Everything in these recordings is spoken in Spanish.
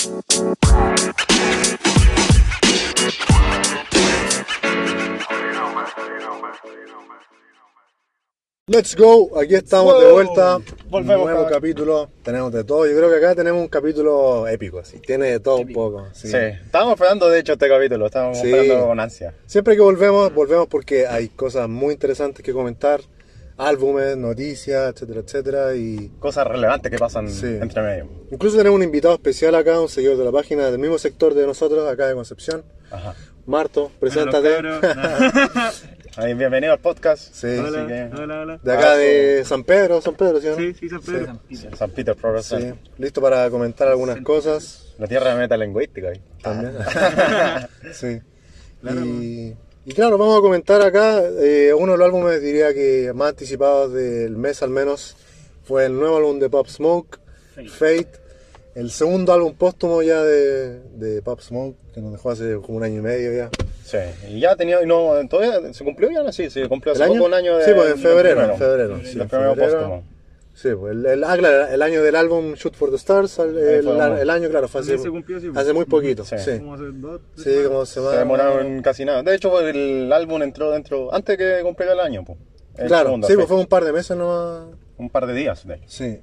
Let's go, aquí estamos de vuelta. Volvemos. Nuevo capítulo, tenemos de todo. Yo creo que acá tenemos un capítulo épico, así. Tiene de todo un poco. Sí, estábamos esperando de hecho este capítulo, estábamos esperando con ansia. Siempre que volvemos porque hay cosas muy interesantes que comentar. Álbumes, noticias, etcétera, etcétera. Y cosas relevantes que pasan entre medio. Incluso tenemos un invitado especial acá, un seguidor de la página del mismo sector de nosotros, acá de Concepción. Ajá. Marto, preséntate. Bienvenido al podcast. Sí. Hola. De acá de San Pedro, ¿sí o no? Sí, San Pedro. San Peter Progress. Sí. Listo para comentar algunas cosas. La tierra de metalingüística ahí. También. Sí. Claro. Y claro, vamos a comentar acá uno de los álbumes, diría que más anticipados del mes al menos, fue el nuevo álbum de Pop Smoke, Fate, el segundo álbum póstumo ya de Pop Smoke, que nos dejó hace como un año y medio ya. Sí, y ya tenía, todavía se cumplió ya, ¿no? Sí, se cumplió hace poco un año de... Sí, pues en febrero. Sí, el primero póstumo. Sí, pues claro, el año del álbum Shoot for the Stars, el año, claro, fue hace muy poquito. Sí. Como hace dos. Sí, como se demoraron casi nada. De hecho, el álbum entró dentro, antes que cumpliera el año. Pues, claro, segundo, sí, pues fue un par de meses nomás. Un par de días, de hecho. Sí,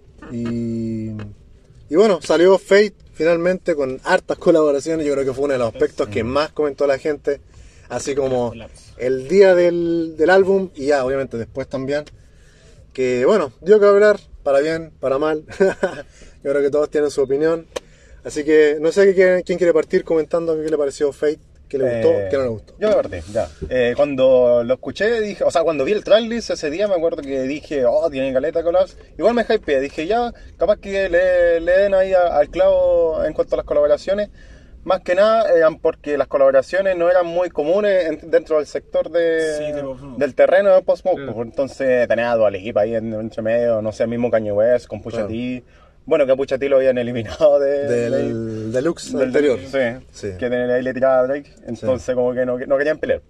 y bueno, salió Fate finalmente con hartas colaboraciones. Yo creo que fue uno de los aspectos que más comentó la gente. Así como el día del álbum y ya, obviamente, después también. Que bueno, dio que hablar, para bien, para mal. Yo creo que todos tienen su opinión. Así que no sé quién quiere partir comentando qué le pareció Fate, qué le gustó, qué no le gustó. Yo me partí, ya. Cuando lo escuché, dije, o sea, cuando vi el tracklist ese día, me acuerdo que dije, tiene caleta collabs. Igual me hypeé, dije, ya, capaz que le den ahí al clavo en cuanto a las colaboraciones. Más que nada eran porque las colaboraciones no eran muy comunes dentro del sector del terreno de Post Smoke. Claro. Entonces tenía a Dua Lipa ahí entre medio, no sé, el mismo Kanye West con Pusha T. Bueno, que a Pusha T lo habían eliminado del deluxe anterior. Sí. Que ahí le tiraba a Drake. Entonces como que no querían pelear.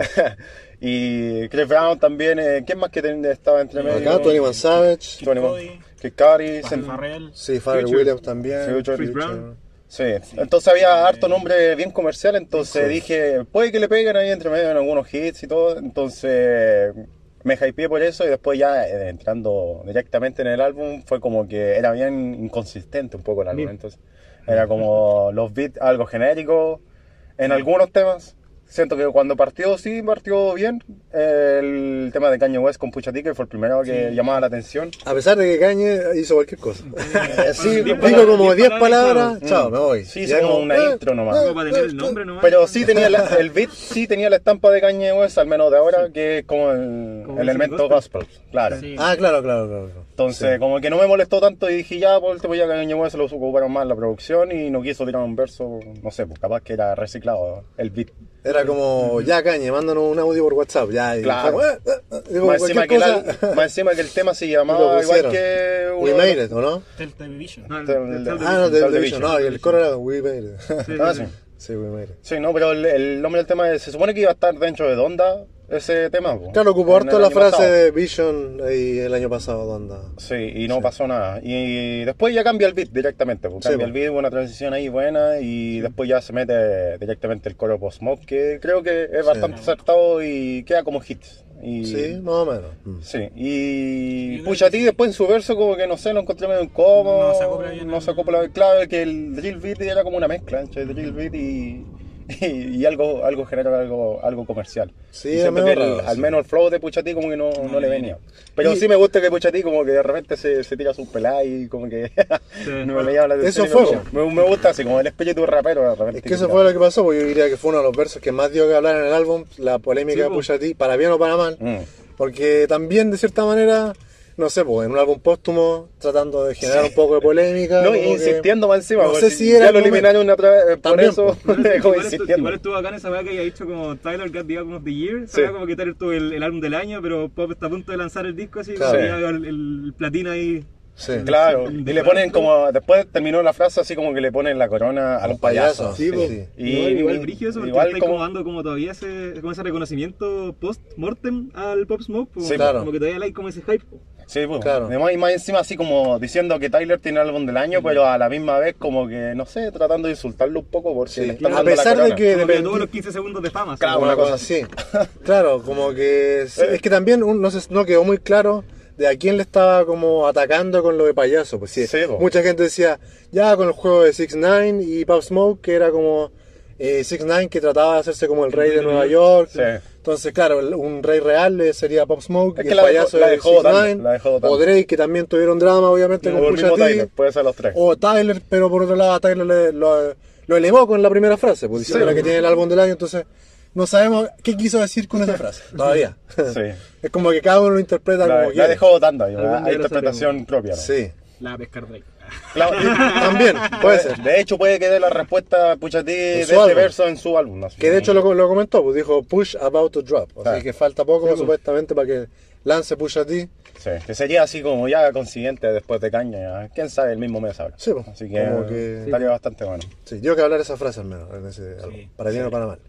Y Chris Brown también, ¿quién más que estaba entre medio? Acá, 21 Savage, Kid Cudi, Pharrell. Sí, Pharrell Williams también. Chris Brown. Sí, entonces había harto nombre bien comercial, entonces dije, puede que le peguen ahí entre medio en algunos hits y todo, entonces me hypeé por eso y después ya entrando directamente en el álbum fue como que era bien inconsistente un poco el álbum, entonces era como los beats algo genéricos en algunos temas. Siento que cuando partió bien. El tema de Kanye West con Pusha T, que fue el primero que llamaba la atención. A pesar de que Kanye hizo cualquier cosa. Dijo como 10 palabras, chao, me voy. Sí, hizo como una intro nomás. Para tener el nombre nomás. Pero sí tenía el beat, sí tenía la estampa de Kanye West, al menos de ahora, que es como el elemento gospel. Claro. Sí. Claro. Entonces, como que no me molestó tanto y dije, ya, por último, ya Kanye West se lo ocuparon más la producción y no quiso tirar un verso, no sé, pues capaz que era reciclado el beat. Era como, ya Kanye, mándanos un audio por WhatsApp, ya. Claro. Más encima que el tema se llamaba igual que... We Made It, ¿o no? Tell the Division. Tell the Division. No, y el coro era We Made It. Sí, We Made It. Sí, no, pero el nombre del tema se supone que iba a estar dentro de Donda, ese tema. Claro, ocupó harto la frase de Vision ahí el año pasado, Donda. Sí, y no pasó nada. Y después ya cambia el beat directamente. Cambia el beat, una transición ahí buena y después ya se mete directamente el coro Post Smoke, que creo que es bastante acertado y queda como hit. Sí, más o menos. Sí, y Pusha T después en su verso como que no sé, lo encontré medio incómodo. No se acopla bien. Claro, que el drill beat era como una mezcla entre drill beat y algo general, algo comercial. Sí, y siento que al menos el flow de Pusha T como que no le venía. Pero sí me gusta que Pusha T como que de repente se tira sus peladas y como que no me llama la atención. Eso fue. Me gusta así, como el espíritu rapero de repente. Es que eso fue lo que pasó, porque yo diría que fue uno de los versos que más dio que hablar en el álbum, la polémica de Pusha T, para bien o para mal. Porque también de cierta manera... No sé, pues en un álbum póstumo tratando de generar un poco de polémica. No, insistiendo más encima. No sé si era. Ya lo eliminaron otra vez, por eso. Igual estuvo acá en esa weá que haya dicho como Tyler got the album of the year. Sabía como que Tyler tuvo el álbum del año, pero Pop está a punto de lanzar el disco así. Claro. Ya veo el platino ahí. Sí. Claro, y le ponen como, después terminó la frase así como que le ponen la corona a los payasos. Sí. Igual brígido eso, porque está como dando como todavía ese reconocimiento post-mortem al Pop Smoke, pues, claro. como que todavía hay como ese hype. Sí, pues. Claro. Y más encima así como diciendo que Tyler tiene el álbum del año, pero a la misma vez como que, no sé, tratando de insultarlo un poco porque le están A dando pesar la de corona. que Como que tuvo los 15 segundos de fama. Claro, una cosa así. Claro, como que es que también no quedó muy claro de a quién le estaba como atacando con lo de payaso. Pues sí, Sí, po. mucha gente decía, ya con el juego de 6ix9ine y Pop Smoke, que era como 6ix9ine que trataba de hacerse como el rey de Nueva York. Sí. Entonces, claro, un rey real sería Pop Smoke Es y que el la payaso la de dejó votando, 6ix9ine. la dejó votando. O Drake, que también tuvieron drama, obviamente, O con el Pusha mismo T. Tyler, puede ser los tres. O Tyler, pero por otro lado a Tyler lo elevó con la primera frase, pues diciendo Sí. que tiene el álbum del año, entonces no sabemos qué quiso decir con esa frase, todavía. Sí. Es como que cada uno lo interpreta como La quiere. dejó votando, Algún día hay lo interpretación propia, ¿no? Sí, La va a pescar Drake. Claro, también, puede ser. de hecho puede que dé la respuesta a Pusha T de En su ese álbum. verso en su álbum. ¿no? Que de hecho lo comentó, pues dijo Push about to drop, así Claro. que falta poco supuestamente para que lance Pusha T. Sí, que sería así como ya consiguiente después de Caña, ya. Quién sabe, el mismo mes ahora. Sí, pues, Así que, como que- estaría bastante bueno. Sí, dio que hablar esa frase al menos en ese álbum, para bien o para mal.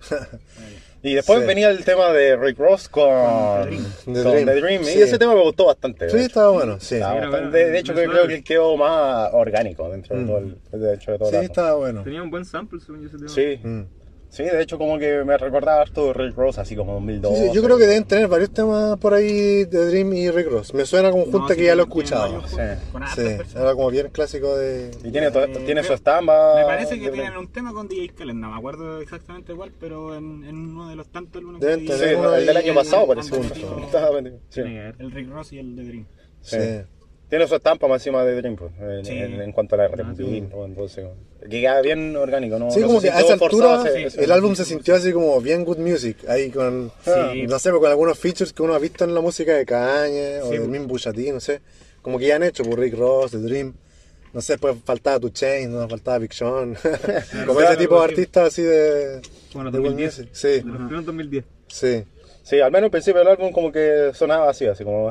Y después Sí. venía el tema de Rick Ross con The The Dream. Dream. Sí. Y ese tema me gustó bastante. Sí, de hecho. estaba bueno, sí. Estaba Era bastante- bueno, de hecho, me creo suena. que quedó más orgánico dentro de todo Sí, el rato. estaba bueno. Tenía un buen sample, según yo, ese tema. Sí. Mm. Sí, de hecho como que me recordaba harto de Rick Ross, así como 2002. Sí, yo creo que deben tener varios temas por ahí de Dream y Rick Ross. Me suena como junta No, que ya lo he tiene escuchado. varios, Sí. Con hartas Sí, personas. era como bien clásico de... Y tiene, tiene su creo- estampa. Me parece que de- tienen un tema con DJ Khaled, no me acuerdo exactamente cuál, pero en uno de los tantos álbumes Deben que Sí, tener uno el del año ahí pasado parece han uno. metido Estaba vendido. Sí. Tiene que ver. el Rick Ross y el The Dream. Sí. Sí. Tiene su estampa más encima de Dream, pues, Sí. en cuanto a la repetición, entonces, que queda bien orgánico, ¿no? Sí, No como se que a sintió esa forzado altura el álbum se sintió así como bien good music, ahí con, Sí. no sé, con algunos features que uno ha visto en la música de Kanye o Sí, del pues. mismo Pusha T, no sé, como que ya han hecho por Rick Ross, The Dream, no sé, pues faltaba 2 Chainz, no faltaba Big Sean, como ese tipo de artistas así de Como los good 2010. music, sí, De los primeros 2010. sí, Sí, al menos al principio del álbum como que sonaba así como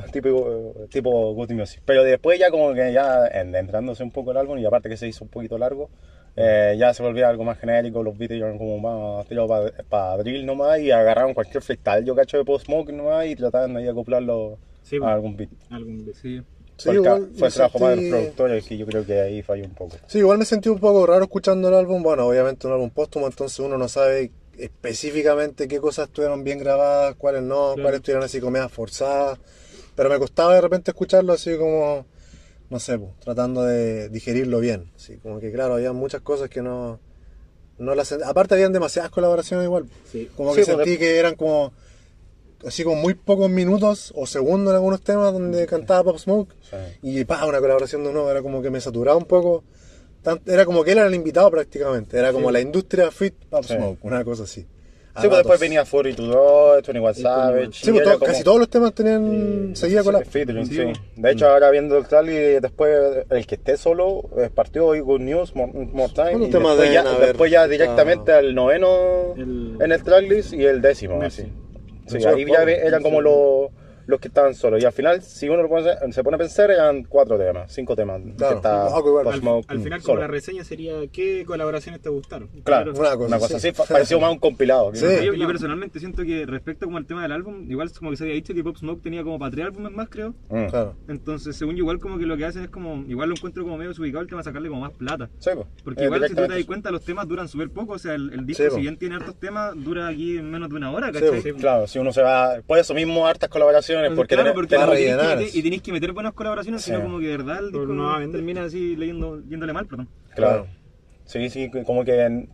tipo Good Music. Pero después ya como que ya entrándose un poco el álbum y aparte que se hizo un poquito largo, ya se volvía algo más genérico, los beats eran como más tirados para drill nomás y agarraron cualquier freestyle, yo cacho de Post Smoke nomás y trataban de ahí acoplarlo Sí, a algún beat. Algún beat. Sí. sí, Fue igual fue me el trabajo más de los sentí- productores que yo creo que ahí falló un poco. Sí, igual me sentí un poco raro escuchando el álbum. Bueno, obviamente un álbum póstumo, entonces uno no sabe específicamente qué cosas estuvieron bien grabadas, cuáles no, Claro. cuáles estuvieron así como medias forzadas. Pero me costaba de repente escucharlo así como, no sé, pues, tratando de digerirlo bien. Así como que claro, había muchas cosas que no las... Aparte habían demasiadas colaboraciones igual. Sí. Como Sí, que pues, sentí que eran como... Así como muy pocos minutos o segundos en algunos temas donde cantaba Pop Smoke. Sí. Y una colaboración de uno, era como que me saturaba un poco. Era como que él era el invitado prácticamente. Era como la industria fit Pop Sí. Smoke, una cosa así. A Sí, pues después ratos. venía 42, 21 Savage. Sí, y pues era como- casi todos los temas tenían. Seguía con la. Featuring, Sí, sí. pues. De hecho, ahora viendo el tal y después el que esté solo partió hoy Good News, More Time. ¿Cuántos Y temas después, deben haber después ya estado? directamente al noveno El- en el tracklist y el décimo. Mercy. Así. Sí, Eso ahí es ya poco. eran como los que estaban solos. Y al final, si uno se pone a pensar, eran 4 temas, 5 temas. Claro. Que está Ah, igual. Pop Smoke Al final, como solo. la reseña sería, ¿qué colaboraciones te gustaron? Claro, Una cosa así. así. Pareció más un compilado. Sí. Yo personalmente siento que respecto como al tema del álbum, igual como que se había dicho que Pop Smoke tenía como para 3 álbumes más, creo. Mm. Claro. Entonces, según yo, igual como que lo que hacen es como, igual lo encuentro como medio desubicado el tema de sacarle como más plata. Sí, pues. Porque igual si tú te das Directamente. cuenta, los temas duran súper poco, o sea, el disco Sí, po. si bien tiene hartos temas, dura aquí en menos de una hora, Sí, ¿cachai? po. Claro, si uno se va. Por eso mismo, hartas colaboraciones. Porque Claro, tenés- porque para como tenés que rellenar. meter- y tenéis que meter buenas colaboraciones, Sí. sino como que de verdad el Pero disco no va a vender. termina así yéndole mal, perdón. Claro. Sí, sí, como que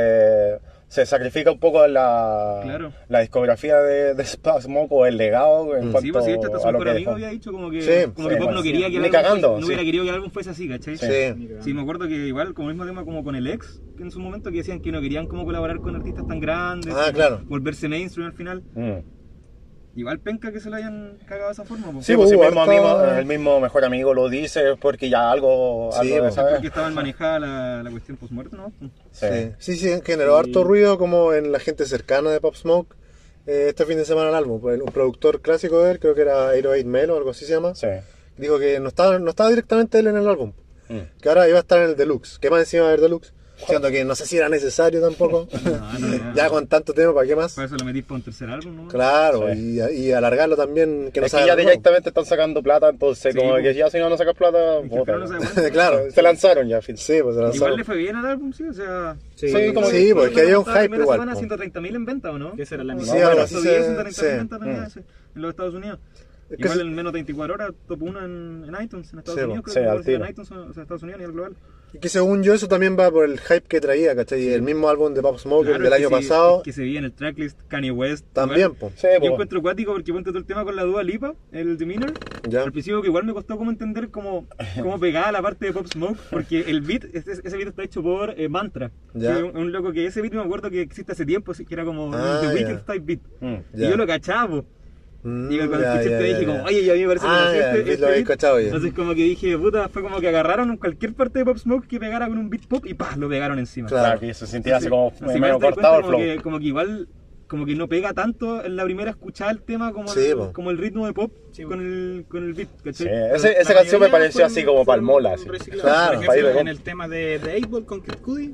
se sacrifica un poco Claro. la discografía de Smoke o el legado en cuanto Sí, pues sí, de hecho hasta su a lo mejor que amigo dejó. había dicho como que, Sí, como sí, que Pop no pues, quería que el ni álbum cagando, fuese, no sí. hubiera querido que el álbum fuese así, ¿cachai? Sí. Sí, me acuerdo que igual, como el mismo tema como con el ex, que en su momento que decían que no querían como colaborar con artistas tan grandes, Ah, como claro. volverse mainstream al final. Mm. Igual penca que se lo hayan cagado de esa forma, po. Sí, pues hubo el mismo, harta- el mismo mejor amigo lo dice porque ya algo Sí, de pues, saber. Porque estaban manejada la cuestión post-muerto, ¿no? Sí, generó harto ruido como en la gente cercana de Pop Smoke. Este fin de semana el álbum, pues, un productor clásico de él, creo que era 808 Melo o algo así se llama, Sí. dijo que no estaba directamente él en el álbum, Mm. que ahora iba a estar en el Deluxe, que más encima del Deluxe Siento que no sé si era necesario tampoco. No, Ya con tanto tiempo, ¿para qué más? Para eso lo metís para un tercer álbum, ¿no? Claro, Sí. y alargarlo también, que no Es que salga ya algo directamente están sacando plata, entonces Sí, como pues. que ya si no sacas plata, Es que el plano no se da nuevo. cuenta. Claro, se lanzaron ya, fin. sí, pues se Igual lanzaron. le fue bien al álbum, sí, o sea... Sí, como Sí, pues que había un La hype primera igual. semana pues. 130.000 en venta, ¿o no? Que esa era la Sí, misma. Sí, algo algo así así. se- 130.000 sí. ventas tenía ese, en los Estados Unidos. Es que Igual sí. en menos de 24 horas, top 1 en iTunes, en Estados Sí, Unidos, sí, creo que al no en tiro. iTunes, o sea, Estados Unidos ni al global. Y que según yo eso también va por el hype que traía, ¿cachai? Y el mismo álbum de Pop Smoke Claro, del es año que sí, pasado es que se veía en el tracklist Kanye West. también, igual. pues. Sí, Yo pues. encuentro cuático porque ponte todo el tema con la Dua Lipa, el Demeanor. Ya. Al principio que igual me costó como entender cómo pegaba la parte de Pop Smoke, porque el beat, ese beat está hecho por Mantra. Ya. Que es un loco que ese beat me acuerdo que existe hace tiempo, así que era como Ah, The ya. Weeknd type beat. Y Ya. yo lo cachaba, po. Y cuando ya, escuché ya, este ya, dije como, ya. oye, ya a mí me parece que Ah, nació ya, el beat lo habéis beat. cachado ya. Entonces como que dije, puta, fue como que agarraron cualquier parte de Pop Smoke que pegara con un beat pop y ¡pah! Lo pegaron encima. Claro. Claro, que se sentía así como Así medio me das cortado el cuenta flow. como que igual como que no pega tanto en la primera escuchada el tema como, Sí, po. como el ritmo de pop Sí, con el beat, Sí, ¿cachai? esa canción me pareció así como palmola. Así. Claro, Por para ir ejemplo, de en el tema de 8-Ball con Kid Cudi,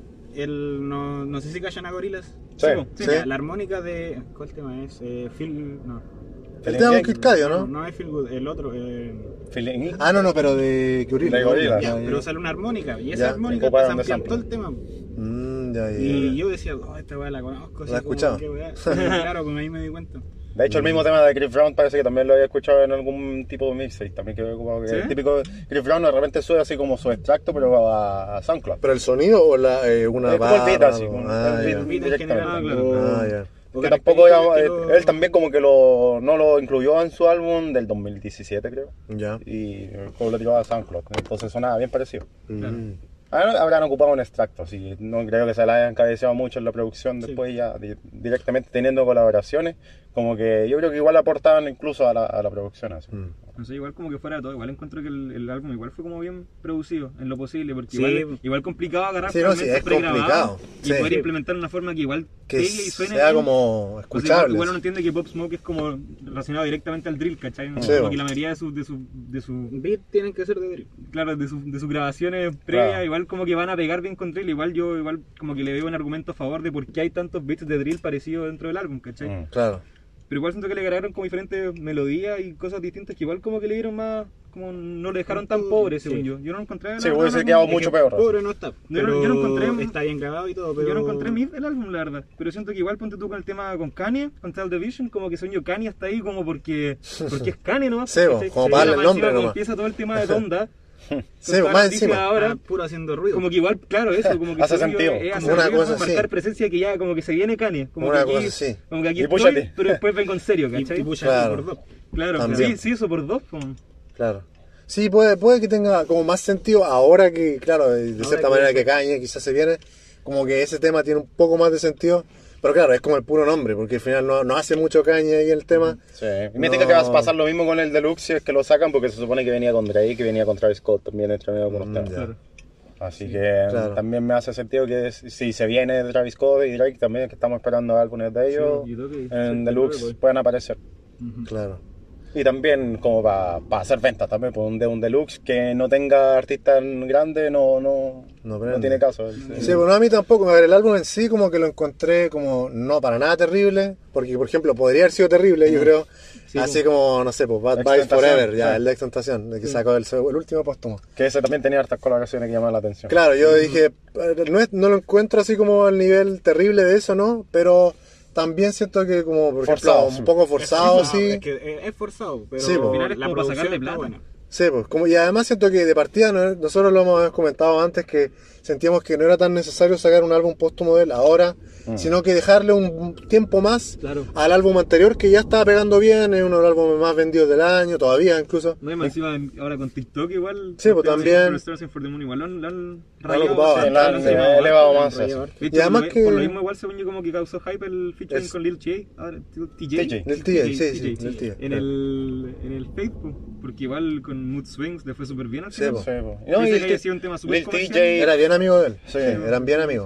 no sé si callan a Gorilas. Sí. po, Sí. La armónica de... ¿Cuál tema es? Phil... No. El tema con Kid Cudi, ¿o no? No es Phil Good, el otro. Feeling. Ah, no, pero de Gorillaz. De Gorillaz. Ya, Pero ya. sale una armónica y Ya, esa armónica te ocuparon de samplean todo sample. el tema. Ya, ya, Y ya. yo decía, oh, esta weá la conozco. ¿La has escuchado? Claro, pues ahí me di cuenta. De hecho, el mismo tema de Chris Brown parece que también lo había escuchado en algún tipo de mixtape. También que como que ¿Sí? el típico Chris Brown de repente sube así como su extracto, pero a SoundCloud. ¿Pero el sonido o una Es como el barra? beat así, algo? como Ah, el ya. beat Beat en directamente. general, Ah, ya. Que tampoco él también como que no lo incluyó en su álbum del 2017 creo. Ya. Y como lo tiró a SoundCloud. Entonces sonaba bien parecido. Mm. Habrán ocupado un extracto, así que no creo que se la hayan cabeceado mucho en la producción después ya directamente teniendo colaboraciones, como que yo creo que igual aportaban incluso a la producción. Así. No sé, igual como que fuera de todo, igual encuentro que el álbum igual fue como bien producido en lo posible, porque Sí. igual complicado agarrar Sí, no, sí, fragmentos es pregrabados complicado. y Sí. poder implementar una forma que igual Que pegue y suene sea bien. como O sea, escuchable. igual uno entiende que Pop Smoke es como relacionado directamente al drill, ¿cachai? Sí, Como bo. que la mayoría de su Beat tienen que ser de drill. claro, de sus grabaciones previas, Claro. igual como que van a pegar bien con drill, igual como que le veo un argumento a favor de por qué hay tantos beats de drill parecidos dentro del álbum, ¿cachai? Claro. Pero igual siento que le agregaron como diferentes melodías y cosas distintas que igual como que le dieron más, como no lo dejaron tan pobre, según Sí. yo. Yo no encontré... Sí, no, hubiese no, quedado no, mucho peor. Pobre no está. Yo no- Pero yo no encontré- está bien grabado y todo, pero... Yo no encontré mid el álbum, la verdad. Pero siento que igual ponte tú con el tema con Kanye, con Tell the Vision, como que sueño Kanye está ahí como porque es Kanye nomás. Sí, ¿cachai? como Y para darle ahora el nombre encima, como nomás. empieza todo el tema de Donda. Sí, más encima. Ahora, Puro haciendo ruido. como que igual, claro, eso, como que Hace según yo, sentido. es Como hacer una ruido, cosa marcar así. presencia que ya como que se viene Kanye. Como Una que aquí, cosa así. Como que aquí Y estoy, púchate. pero después vengo en serio, ¿cachai? y pucha Claro. por dos. Claro, También. sí, eso por dos. Como... Claro. Sí, puede que tenga como más sentido ahora que, claro, de cierta manera que Kanye quizás se viene, como que ese tema tiene un poco más de sentido, pero claro, es como el puro nombre, porque al final no hace mucho Kanye ahí el tema. Sí. Y me dice que va a pasar lo mismo con el Deluxe si es que lo sacan, porque se supone que venía con Drake, que venía con Travis Scott también entre medio con los temas. ya. Claro. Así que claro. también me hace sentido que si se viene de Travis Scott y Drake también, que estamos esperando álbumes de ellos, Sí, yo creo que en sí, Deluxe creo que puedan aparecer. Claro. Y también como para hacer ventas también, pues un Deluxe que no tenga artistas grandes no prende. tiene caso. Sí, bueno, a mí tampoco. A ver, el álbum en sí como que lo encontré como no para nada terrible, porque por ejemplo podría haber sido terrible, yo creo, así como, no sé, pues Bad Boys Extentación, Forever, ya, sí. el de Extentación, el que sacó el último póstumo. Que ese también tenía hartas colaboraciones que llamaban la atención. Claro, yo dije, no lo encuentro así como al nivel terrible de eso, ¿no? Pero también siento que como, por Forzado, ejemplo, sí. un poco forzado, No, sí. Es que es forzado, pero Sí, po. Al final es la como para producción sacarle está plata. buena. Sí, pues, y además siento que de partida nosotros lo hemos comentado antes que sentíamos que no era tan necesario sacar un álbum póstumo de él ahora, sino que dejarle un tiempo más Claro. al álbum anterior que ya estaba pegando bien, es uno de los álbumes más vendidos del año, todavía incluso. No, y más encima ahora con TikTok igual. Sí, pues, también. Searching for the Moon igual lo han ocupado bastante, Sí, la han lo han elevado elevado bastante. más eso. De hecho, Y además por, que- por lo mismo igual según yo como que causó hype el featuring Es- con Lil J, ahora, TJ. TJ. Lil TJ, sí, Lil TJ. En el Facebook, porque igual con Mood Swings le fue súper bien al Sí, final. pues. Sí, po. Pensé y que el había sido un tema súper Lil comercial. TJ Era bien amigo de él, Sí. eran bien amigos.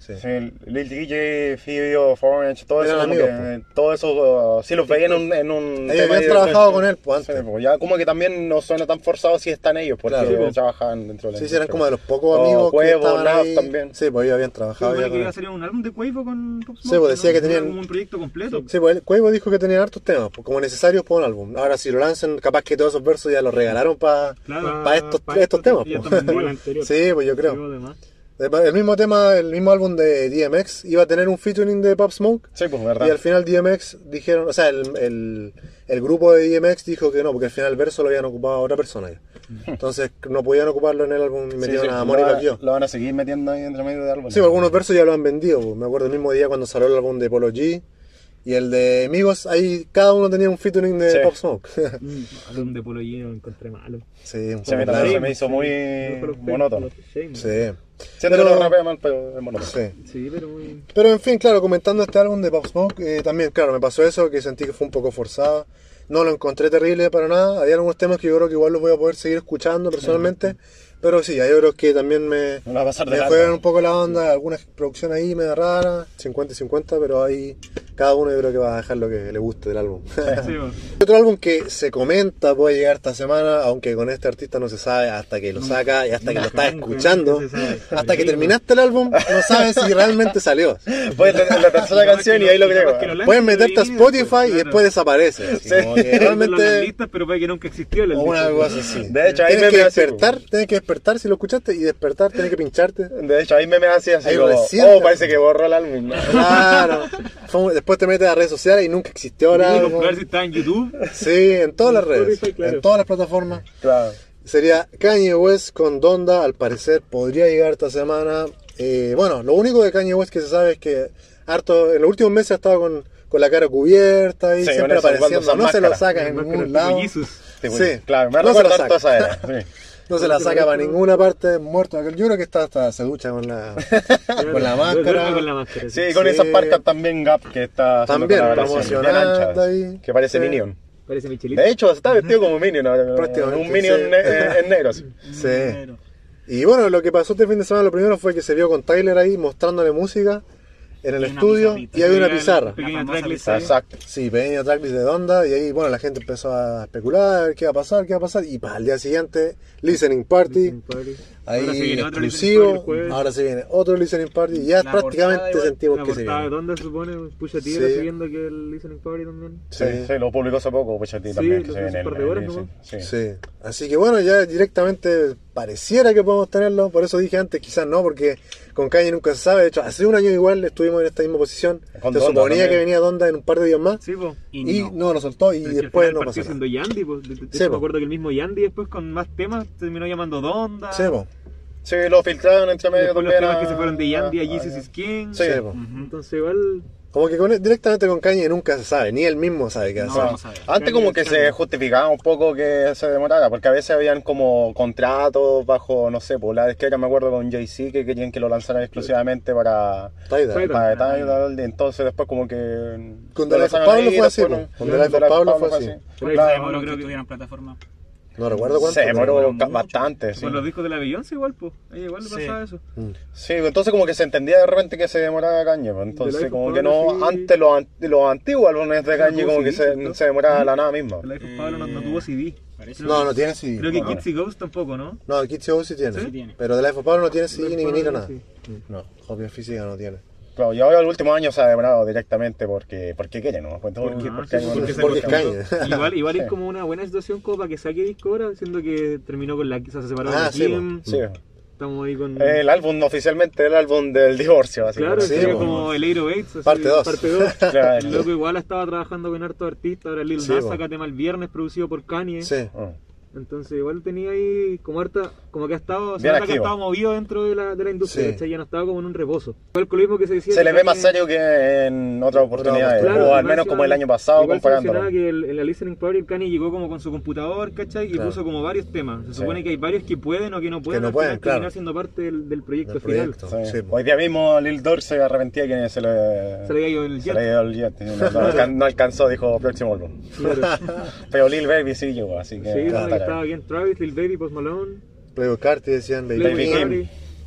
Sí. Sí, Lil DJ, Fibio, Forange, todo eso, Eran como amigos, que, todo eso, sí los veía en un Ellos tema habían de trabajado después. con él pues, antes. Sí, pues ya como que también no suena tan forzado si están ellos, porque Claro. trabajaban dentro de la Sí, eran industria. como de los pocos O amigos que Cuevo, estaban Nav ahí. también. Sí, pues ellos habían Se trabajado supone ya que con iba a él. salir un álbum de Quavo con Pop Smoke. Sí, pues decía que Era tenían- como un proyecto completo. Sí, pues Cuevo dijo que tenían hartos temas, pues, como necesarios para un álbum. Ahora si lo lanzan, capaz que todos esos versos ya los regalaron para Claro. estos temas. Ya pues. están Como el vendidos. anterior. Sí, pues yo Sí, creo. además. El mismo tema, el mismo álbum de DMX iba a tener un featuring de Pop Smoke. Sí, pues verdad. Y al final DMX dijeron, o sea, el grupo de DMX dijo que no, porque al final el verso lo habían ocupado a otra persona ya. Entonces no podían ocuparlo en el álbum y Sí, metieron sí, a Money Back Yo. lo van a seguir metiendo ahí entre medio de álbumes. Sí, algunos versos ya lo han vendido. Pues. Me acuerdo el mismo día cuando salió el álbum de Polo G y el de Amigos, ahí cada uno tenía un featuring de Sí. Pop Smoke. Álbum de Polo G lo encontré malo. Sí, un Se me, poco también se raro. me hizo muy monótono. Sí, Siento que lo rapea mal, pero es monótono. sí. Sí, pero muy... Pero en fin, claro, comentando este álbum de Pop Smoke, también, claro, me pasó eso, que sentí que fue un poco forzado. No lo encontré terrible para nada. Había algunos temas que yo creo que igual los voy a poder seguir escuchando personalmente. Pero sí, hay otros que también me No va a pasar de me largo. juegan un poco la onda. Algunas producciones ahí medio raras, 50 y 50, pero ahí cada uno yo creo que va a dejar lo que le guste del álbum. Sí, pues. Otro álbum que se comenta puede llegar esta semana, aunque con este artista no se sabe hasta que lo saca y hasta que lo estás escuchando. nunca se sabe. Hasta que terminaste el álbum, no sabes si realmente salió. Pues la tercera canción y ahí lo creo. Puedes meterte a Spotify y después desaparece. Así como que Realmente... realmente. listas, pero puede que nunca existió la O lista. una cosa así. De hecho, ahí tienes me que hace- despertar si lo escuchaste y despertar, tienes que pincharte. De hecho, ahí me así Ahí como, recién- parece que borró el álbum. Claro. Después te metes a redes sociales y nunca existió ahora. Tienes que como- comprobar si está en YouTube. Sí, en todas las redes, Spotify, claro. en todas las plataformas. Claro. Sería Kanye West con Donda, al parecer podría llegar esta semana. Bueno, lo único de Kanye West que se sabe es que harto en los últimos meses ha estado con la cara cubierta y Sí, siempre con eso, apareciendo. cuando No se se lo enmascara. saca en Máscara ningún tipo lado. Jesus. Sí, Sí, claro, me no se lo recuerda tanto saca. esa era. Sí. No se la saca para ninguna parte, muerto. Yo creo que hasta se ducha con la máscara. Duerme con la máscara. Sí, con esas parcas también Gap que está haciendo También, colaboración, bien promocionando anchas, ahí. que parece Sí. Minion. Parece Michelito. De hecho, está vestido como Minion ahora, Prácticamente, un Minion sí. en negro. Sí. Sí. Y bueno, lo que pasó este fin de semana, lo primero fue que se vio con Tyler ahí mostrándole música en el Y una estudio pizarrita. y había una El pizarra. pequeño La famosa tracklist pizarra. ahí. Exacto. Sí, pequeño tracklist de Donda y ahí, bueno, la gente empezó a especular, a ver qué va a pasar y para el día siguiente, Listening Party, ahí Ahora se viene otro exclusivo, listening party el jueves. ahora se viene otro Listening Party y ya La prácticamente portada igual, sentimos La que se portada de viene. Donda se supone, Pusha T Sí. era siguiendo que el Listening Party también. Sí, sí, lo publicó hace poco, pues a ti Sí, también, que lo se hizo viene un par de horas, ¿no? sí. Sí, así que bueno, ya directamente pareciera que podemos tenerlo, por eso dije antes, quizás no, porque con Kanye nunca se sabe, de hecho, hace un año igual estuvimos en esta misma posición, Con se Donda suponía también. que venía Donda en un par de días más, Sí, pues. y no lo soltó, y Pero es que después al no final pasó partió nada. siendo Yandy, pues. De Sí, hecho, po. me acuerdo que el mismo Yandy después con más temas terminó llamando Donda. Sí, po. Sí, lo filtraron entre medio Después los también. temas que se fueron de Yandy a Jesus is King. Sí. Sí, po. Entonces igual... Como que directamente con Kanye nunca se sabe, ni él mismo sabe qué hacer. No, sabe. Antes como que se justificaba un poco que se demorara, porque a veces habían como contratos bajo, no sé, por la disquera, me acuerdo con Jay-Z que querían que lo lanzaran exclusivamente para Tidal. Tidal, entonces después como que... Con lo The Life of lanzaron Pablo ahí, fue así, después po. no. Con The Life of Pablo fue así. Pero Claro, se demoró creo que que- tuvieran plataforma. No recuerdo cuánto. se pero- demoró mucho. bastante, sí. Con los discos de la Beyoncé igual, pues. Ahí igual le Sí. pasaba eso. Sí, entonces como que se entendía de repente que se demoraba Kanye, pues, The entonces Life como of que Pablo, no, sí. antes los antiguos álbumes de Kanye como que Sí, ¿no? se demoraba la nada misma. The Life of Pablo no tuvo CD. Parece No, no tiene CD. Creo que No. Kids y Ghost tampoco, ¿no? No, el Kitty sí tiene. Sí tiene. Pero The Life of Pablo no tiene CD The ni Life of vinilo, Pablo, nada. sí. No, copia física no tiene. Claro, y ahora el último año se ha demorado directamente porque quiere, ¿no? Pues, Porque- porque sí, hay- porque se Porque es acostumbró. Kanye. Igual Sí. es como una buena situación como para que saque disco ahora, siendo que terminó con la... O sea, se separó Ah, de sí, Kim. Sí. Estamos ahí con... El álbum oficialmente el álbum del divorcio, así. Claro, Sí, sería po. como el 808. Parte dos. Parte 2. Claro. El loco igual estaba trabajando con hartos artistas. Ahora Lil Sí, Nas po. saca tema el viernes producido por Kanye. Sí. Entonces igual tenía ahí como harta, como que ha estado, se Bien nota que ha activo. estado movido dentro de la industria, Sí. ¿cachai? Ya no estaba como en un reposo. Igual con lo mismo que se decía. Se que le ve más Kanye- serio que en otras oportunidades, Claro, o al y menos más como el encima, año pasado igual se comparándolo. mencionaba que en la Listening Party el Kanye llegó como con su computador, ¿cachai? Y Claro. puso como varios temas. Se Sí. supone que hay varios que pueden o que no pueden, no al pueden, final claro. terminar siendo parte del proyecto Del final. proyecto. Sí. Sí, po. Hoy día mismo Lil Durk se arrepentía que se le Se le había ido el se jet. le dio el jet. No alcanzó, dijo próximo álbum. Claro. Pero Lil Baby sí llegó, así que Sí, va a no, estar estaba ahí. bien Travis, Lil Baby, Post Malone, Playboy Carti decían, Baby Playboy Kim. Carti.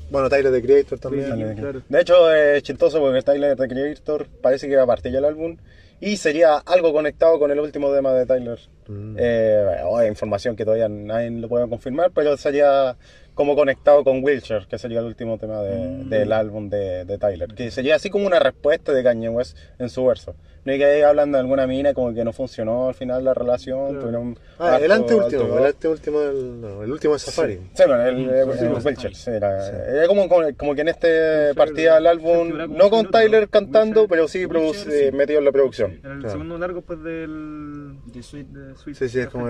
Bueno, Tyler, the Creator también. Sí, claro. De hecho, es chistoso porque Tyler, the Creator, parece que va a partir el álbum y sería algo conectado con el último tema de Tyler. Información que todavía nadie lo puede confirmar, pero sería como conectado con Wheelchair, que sería el último tema del álbum de Tyler, que sería así como una respuesta de Kanye West en su verso. No hay que ir hablando de alguna mina como que no funcionó al final la relación. Claro. El anteúltimo, el último de Safari. Sí, bueno, el Wheelchair. Sí, era como que en este partía el álbum, no con Tyler cantando, pero sí metido en la producción. Era el segundo largo pues del Sweet. Sí, es como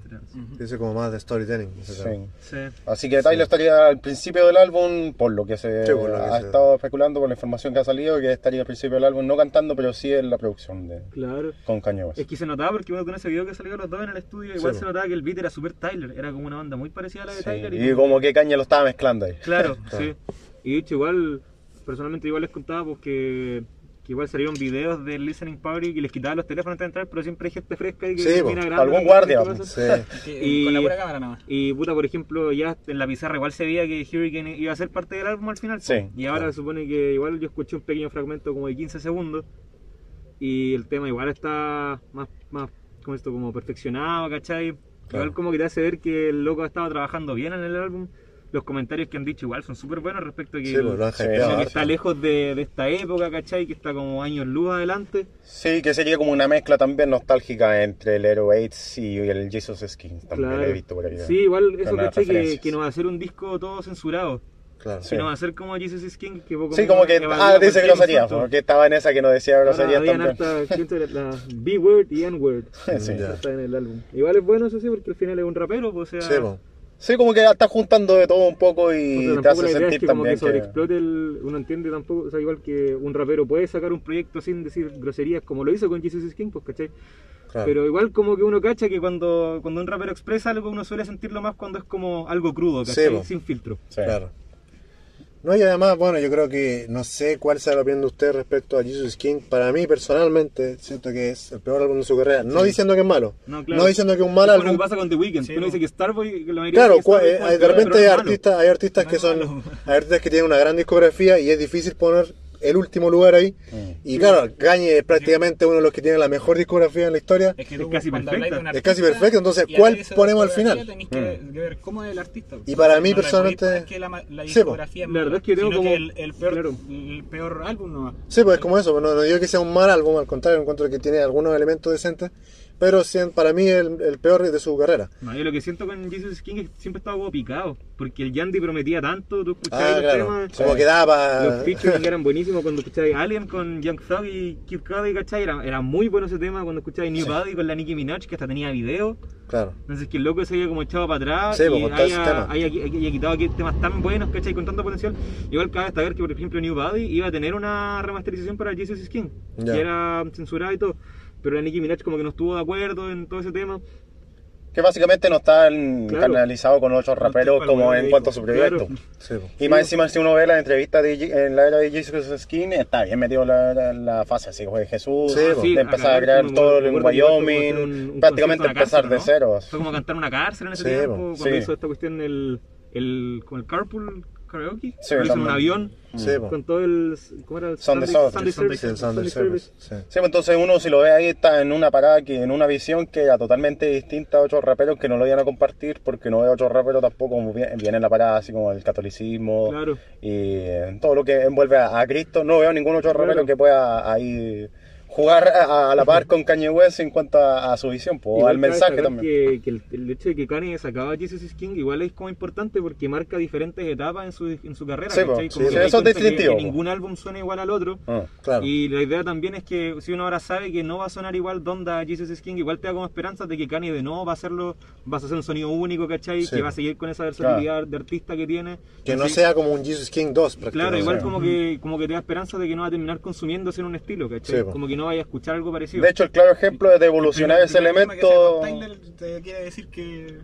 es como más de storytelling. Sí. Así que Tyler estaría al principio del álbum, por lo que se ha estado especulando, por la información que ha salido, que estaría al principio del álbum no cantando, pero sí en la producción con Kanye West. Es que se notaba porque bueno, con ese video que salieron los dos en el estudio, igual se notaba que el beat era super Tyler, era como una banda muy parecida a la de Tyler. Y como que Kanye lo estaba mezclando ahí. Claro, sí. Y de hecho igual, personalmente igual les contaba porque que igual salieron videos del Listening Party que les quitaban los teléfonos antes de entrar, pero siempre hay gente fresca y que termina grabando. Algún guardia. Y con la pura cámara nada más. Y puta, por ejemplo, ya en la pizarra igual se veía que Hurricane iba a ser parte del álbum al final. Sí. Y ahora se supone que igual yo escuché un pequeño fragmento como de 15 segundos y el tema igual está más como perfeccionado, ¿cachai? Igual como que te hace ver que el loco ha estado trabajando bien en el álbum. Los comentarios que han dicho igual son súper buenos respecto a que, que está lejos de esta época, ¿cachai? Que está como años luz adelante. Sí, que sería como una mezcla también nostálgica entre el Hero 8 y el Jesus Skin. También lo he visto por ahí. Sí, igual eso, ¿cachai? Que no va a ser un disco todo censurado. Claro. Que no va a ser como Jesus Skin, que poco sí, como que dice grosería, porque estaba en esa que no decía grosería también. La B-word y N-word. Está en el álbum. Igual es bueno eso sí, porque al final es un rapero, o sea... Sí, como que está juntando de todo un poco y te hace sentir es que también como que sobreexplote uno entiende tampoco, o sea, igual que un rapero puede sacar un proyecto sin decir groserías como lo hizo con Jesus Skin, pues, ¿cachai? Claro. Pero igual como que uno cacha que cuando un rapero expresa algo uno suele sentirlo más cuando es como algo crudo, ¿cachai? Sin filtro. Sí. Claro. No, y además, bueno, yo creo que no sé cuál sea la opinión de usted respecto a Jesus King. Para mí, personalmente, siento que es el peor álbum de su carrera. No diciendo que es malo. No diciendo que es un mal álbum. Lo que pasa con The Weeknd. Uno dice que Starboy... Claro, de repente hay artistas que son... Hay artistas que tienen una gran discografía y es difícil poner el último lugar ahí. Y claro, Kanye es prácticamente uno de los que tiene la mejor discografía en la historia. Es casi perfecta. Es casi perfecto, entonces ¿cuál ponemos al final? Tenéis que ver cómo es el artista. Y para mí personalmente... Es que la discografía la verdad es que tengo como el peor álbum no. Sí, pues es como eso, no digo que sea un mal álbum, al contrario, encuentro que tiene algunos elementos decentes. Pero para mí el peor de su carrera. No, yo lo que siento con Jesus King es que siempre estaba como picado. Porque el Yandy prometía tanto, tú escuchabas los temas. Como quedaba. Los featuring eran buenísimos cuando escuchabas Alien con Young Thug y Kid Cudi, ¿cachai? Era muy bueno ese tema cuando escuchabas New Body con la Nicki Minaj, que hasta tenía video. Claro. Entonces que el loco se había como echado para atrás y haya quitado aquí temas tan buenos, ¿cachai? Con tanto potencial. Igual cabe destacar que, por ejemplo, New Body iba a tener una remasterización para Jesus King, que era censurada y todo. Pero la Nicki Minaj como que no estuvo de acuerdo en todo ese tema. Que básicamente no está canalizado con otros raperos como en cuanto a su proyecto. Y más encima si uno ve las entrevistas en la era de Jesus Skin, está bien metido la fase así, de Jesús, de empezar a crear todo en Wyoming, prácticamente empezar de cero. Fue como cantar una cárcel en ese tiempo, cuando hizo esta cuestión con el carpool karaoke, lo hizo en un avión. Con todo el... ¿Cómo era? Sunday Service. Sí, entonces uno si lo ve ahí está en una parada, en una visión que era totalmente distinta a otros raperos que no lo iban a compartir, porque no veo otros raperos tampoco viene en la parada así como el catolicismo y todo lo que envuelve a Cristo. No veo ningún otro rapero que pueda ahí jugar a la par con Kanye West en cuanto a su visión, o al mensaje también. Que el hecho de que Kanye sacaba Jesus King igual es como importante porque marca diferentes etapas en su carrera. Eso es distintivo. Que ningún álbum suena igual al otro. Y la idea también es que si uno ahora sabe que no va a sonar igual Donda Jesus King, igual te da como esperanza de que Kanye de nuevo va a hacer un sonido único, ¿cachai? Que va a seguir con esa versatilidad de artista que tiene. Que no sea como un Jesus King 2 prácticamente. Claro, igual como que te da esperanza de que no va a terminar consumiéndose en un estilo, ¿cachai? Como que no vaya a escuchar algo parecido. De hecho, el claro ejemplo de evolucionar ese elemento... Tyler te quiere decir que...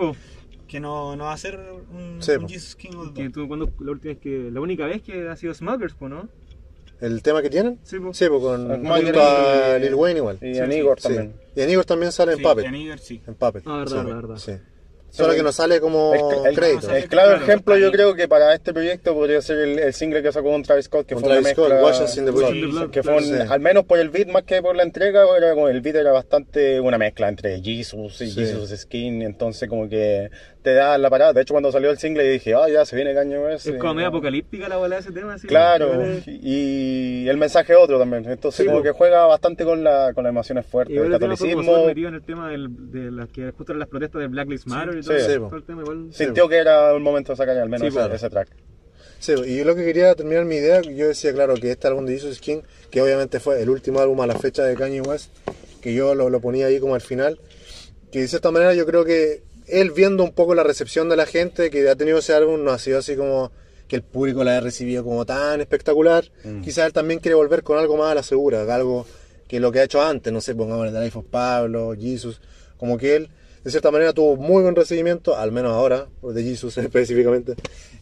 que no va a ser un Jesus King o que tú, la única vez que ha sido Smuggers, ¿no? ¿El tema que tienen? Con junto a Lil Wayne igual. Y a Igor también. Y a Igor también sale en Puppet. En Igor, sí. En Puppet. Verdad. Sí. Solo que no sale como crédito. El claro ejemplo yo creo que para este proyecto podría ser el single que sacó con Travis Scott, que fue una mezcla, que fue al menos por el beat más que por la entrega, el beat era bastante una mezcla entre Jesus y Jesus Skin, entonces como que te da la parada. De hecho cuando salió el single dije, ya se viene Kanye West. Es como medio apocalíptica la bola de ese tema. Así, claro, y el mensaje otro también, entonces como que juega bastante con las emociones fuertes, el catolicismo. Fue metido en el tema de las que justo las protestas de Black Lives Matter. Todo el tema igual. Sintió que era un momento de sacar al menos ese track. Sí, y yo lo que quería terminar mi idea, yo decía, claro, que este álbum de Jesus King, que obviamente fue el último álbum a la fecha de Kanye West, que yo lo ponía ahí como al final, que de cierta manera yo creo que él viendo un poco la recepción de la gente que ha tenido ese álbum, no ha sido así como que el público la haya recibido como tan espectacular, quizás él también quiere volver con algo más a la segura, algo que lo que ha hecho antes, no sé, pongamos el The Life of Pablo, Jesus, como que él de cierta manera tuvo muy buen recibimiento, al menos ahora, de Jesus específicamente,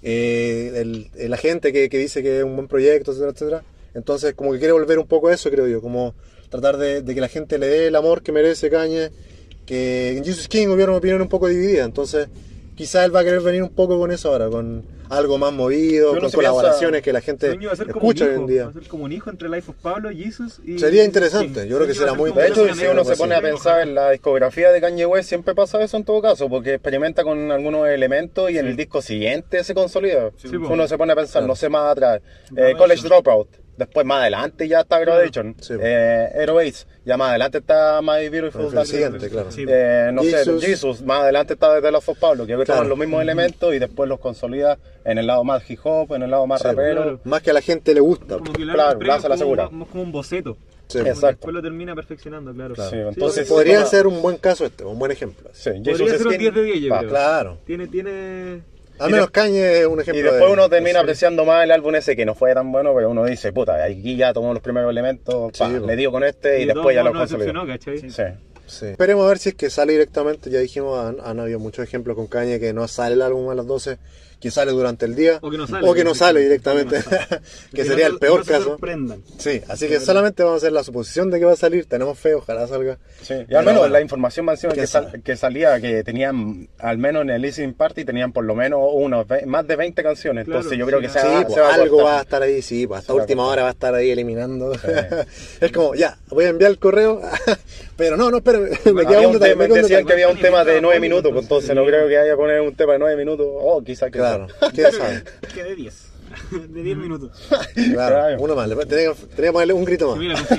la gente que dice que es un buen proyecto, etcétera, etcétera. Entonces como que quiere volver un poco a eso, creo yo, como tratar de que la gente le dé el amor que merece Kanye, que en Jesus King hubiera una opinión un poco dividida, entonces quizás él va a querer venir un poco con eso ahora, con algo más movido, con colaboraciones que la gente escucha hoy en día. Va a ser como un hijo entre Life of Pablo, Jesus y... Sería interesante, yo creo que será muy... De hecho, si uno se pone a pensar en la discografía de Kanye West, siempre pasa eso en todo caso, porque experimenta con algunos elementos y en el disco siguiente se consolida. Uno se pone a pensar, no sé, más atrás, College Dropout. Después más adelante ya está Graduation, Hero Ace, ya más adelante está My Beautiful Dark siguiente, claro. No sé, Jesus, más adelante está The Last of Pablo, que toman los mismos elementos y después los consolida en el lado más hip hop, en el lado más rapero. Claro. Más que a la gente le gusta. Claro, lo hace la segura. Como un boceto. Sí, exacto. Después lo termina perfeccionando, claro. Sí, entonces podría ser un buen caso un buen ejemplo. Sí, podría ser un 10 de 10, yo creo. Claro. Tiene... Al menos Kanye es un ejemplo. Y después uno termina apreciando más el álbum ese que no fue tan bueno, pero uno dice, puta, aquí ya tomó los primeros elementos, le dio con este y después ya lo consolidó. Sí. Esperemos a ver si es que sale directamente. Ya dijimos, han habido muchos ejemplos con Kanye que no sale el álbum a las 12, que sale durante el día o que no sale directamente, que sería el peor caso. Sí, así que solamente vamos a hacer la suposición de que va a salir, tenemos fe, ojalá salga. Sí. Y al menos la información más que salía, que tenían, al menos en el listening party, tenían por lo menos más de 20 canciones, entonces yo creo que algo va a estar ahí, hasta última hora va a estar ahí eliminando. Es como, ya, voy a enviar el correo, pero no, espérame, me decían que había un tema de 9 minutos, pues entonces no creo que haya que poner un tema de 9 minutos, quizás que... Claro, quién sabe. Que de 10. De 10 minutos. Claro, uno más. Tenía que ponerle un grito más. Sí, mira,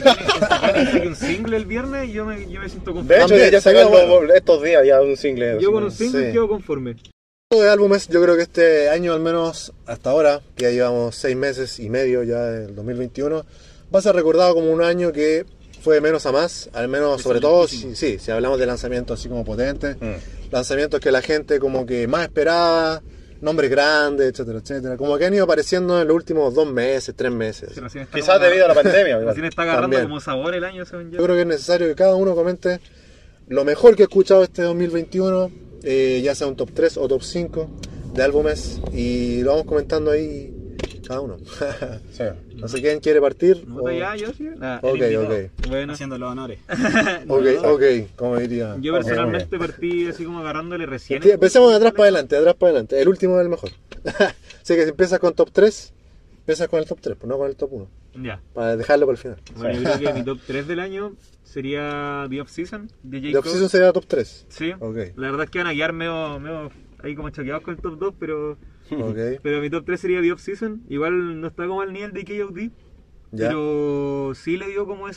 con un single el viernes, yo me siento conforme. De hecho, ya sacarlo estos días, ya un single. Yo con un single quedo conforme. De álbumes, yo creo que este año, al menos hasta ahora, que ya llevamos 6 meses y medio ya del 2021, va a ser recordado como un año que fue de menos a más, al menos sobre todo si hablamos de lanzamientos así como potentes, lanzamientos que la gente como que más esperaba, nombres grandes, etcétera, etcétera, como que han ido apareciendo en los últimos 2 meses, 3 meses. Quizás debido a la pandemia. Recién está agarrando como sabor el año, según yo. Yo creo que es necesario que cada uno comente lo mejor que ha escuchado este 2021, ya sea un top 3 o top 5 de álbumes, y lo vamos comentando ahí cada uno. Sí. No sé quién quiere partir. Yo sí. Ok. Bueno. Haciendo los honores. Ok, como diría. Yo personalmente partí así como agarrándole recién. Empecemos de atrás para adelante. El último es el mejor. Así que si empiezas con top 3, empiezas con el top 3, pues no con el top 1. Ya. Para dejarlo para el final. Bueno, yo creo que mi top 3 del año sería The Off-Season de J. Cole. The Off-Season sería top 3. Sí. Okay. La verdad es que van a quedar medio ahí como choqueados con el top 2, pero... Okay. Pero mi top 3 sería The Off-Season. Igual no está como al nivel de K.O.D. Pero sí le dio como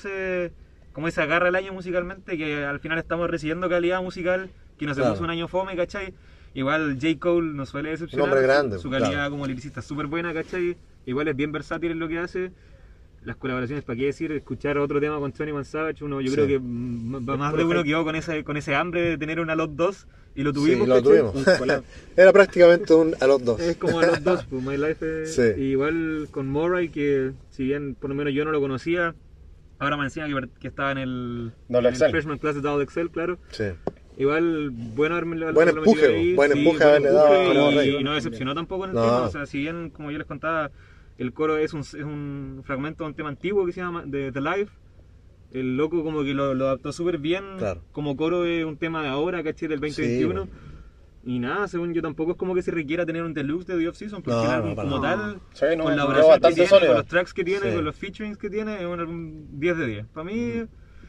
esa garra al año musicalmente, que al final estamos recibiendo calidad musical, que no se puso un año fome, ¿cachai? Igual J. Cole no suele decepcionar. Un hombre grande. Su calidad como lyricista es súper buena, ¿cachai? Igual es bien versátil en lo que hace. Las colaboraciones, ¿para qué decir? Escuchar otro tema con 21 Savage, yo creo que más de uno quedó con ese hambre de tener un Alot 2 y lo tuvimos. Sí, lo tuvimos. Era prácticamente un Alot 2. Es como Alot 2, pues My Life es... Sí. Igual con Murray, que si bien por lo menos yo no lo conocía, ahora me encima que estaba en el Freshman Class de Double Excel, claro. Sí. Igual, bueno haberme buen empuje haberle dado y no decepcionó tampoco en el tema. O sea, si bien, como yo les contaba, el coro es un fragmento de un tema antiguo que se llama The Life, el loco como que lo adaptó súper bien, como coro de un tema de ahora, ¿cachai? Del 2021. Y nada, según yo tampoco es como que se requiera tener un deluxe de The Off-Season, porque el álbum como tal, sí, no, con la no, oración que tiene, sólido. con los tracks que tiene, con los featurings que tiene, es un álbum 10 de 10. Para mí,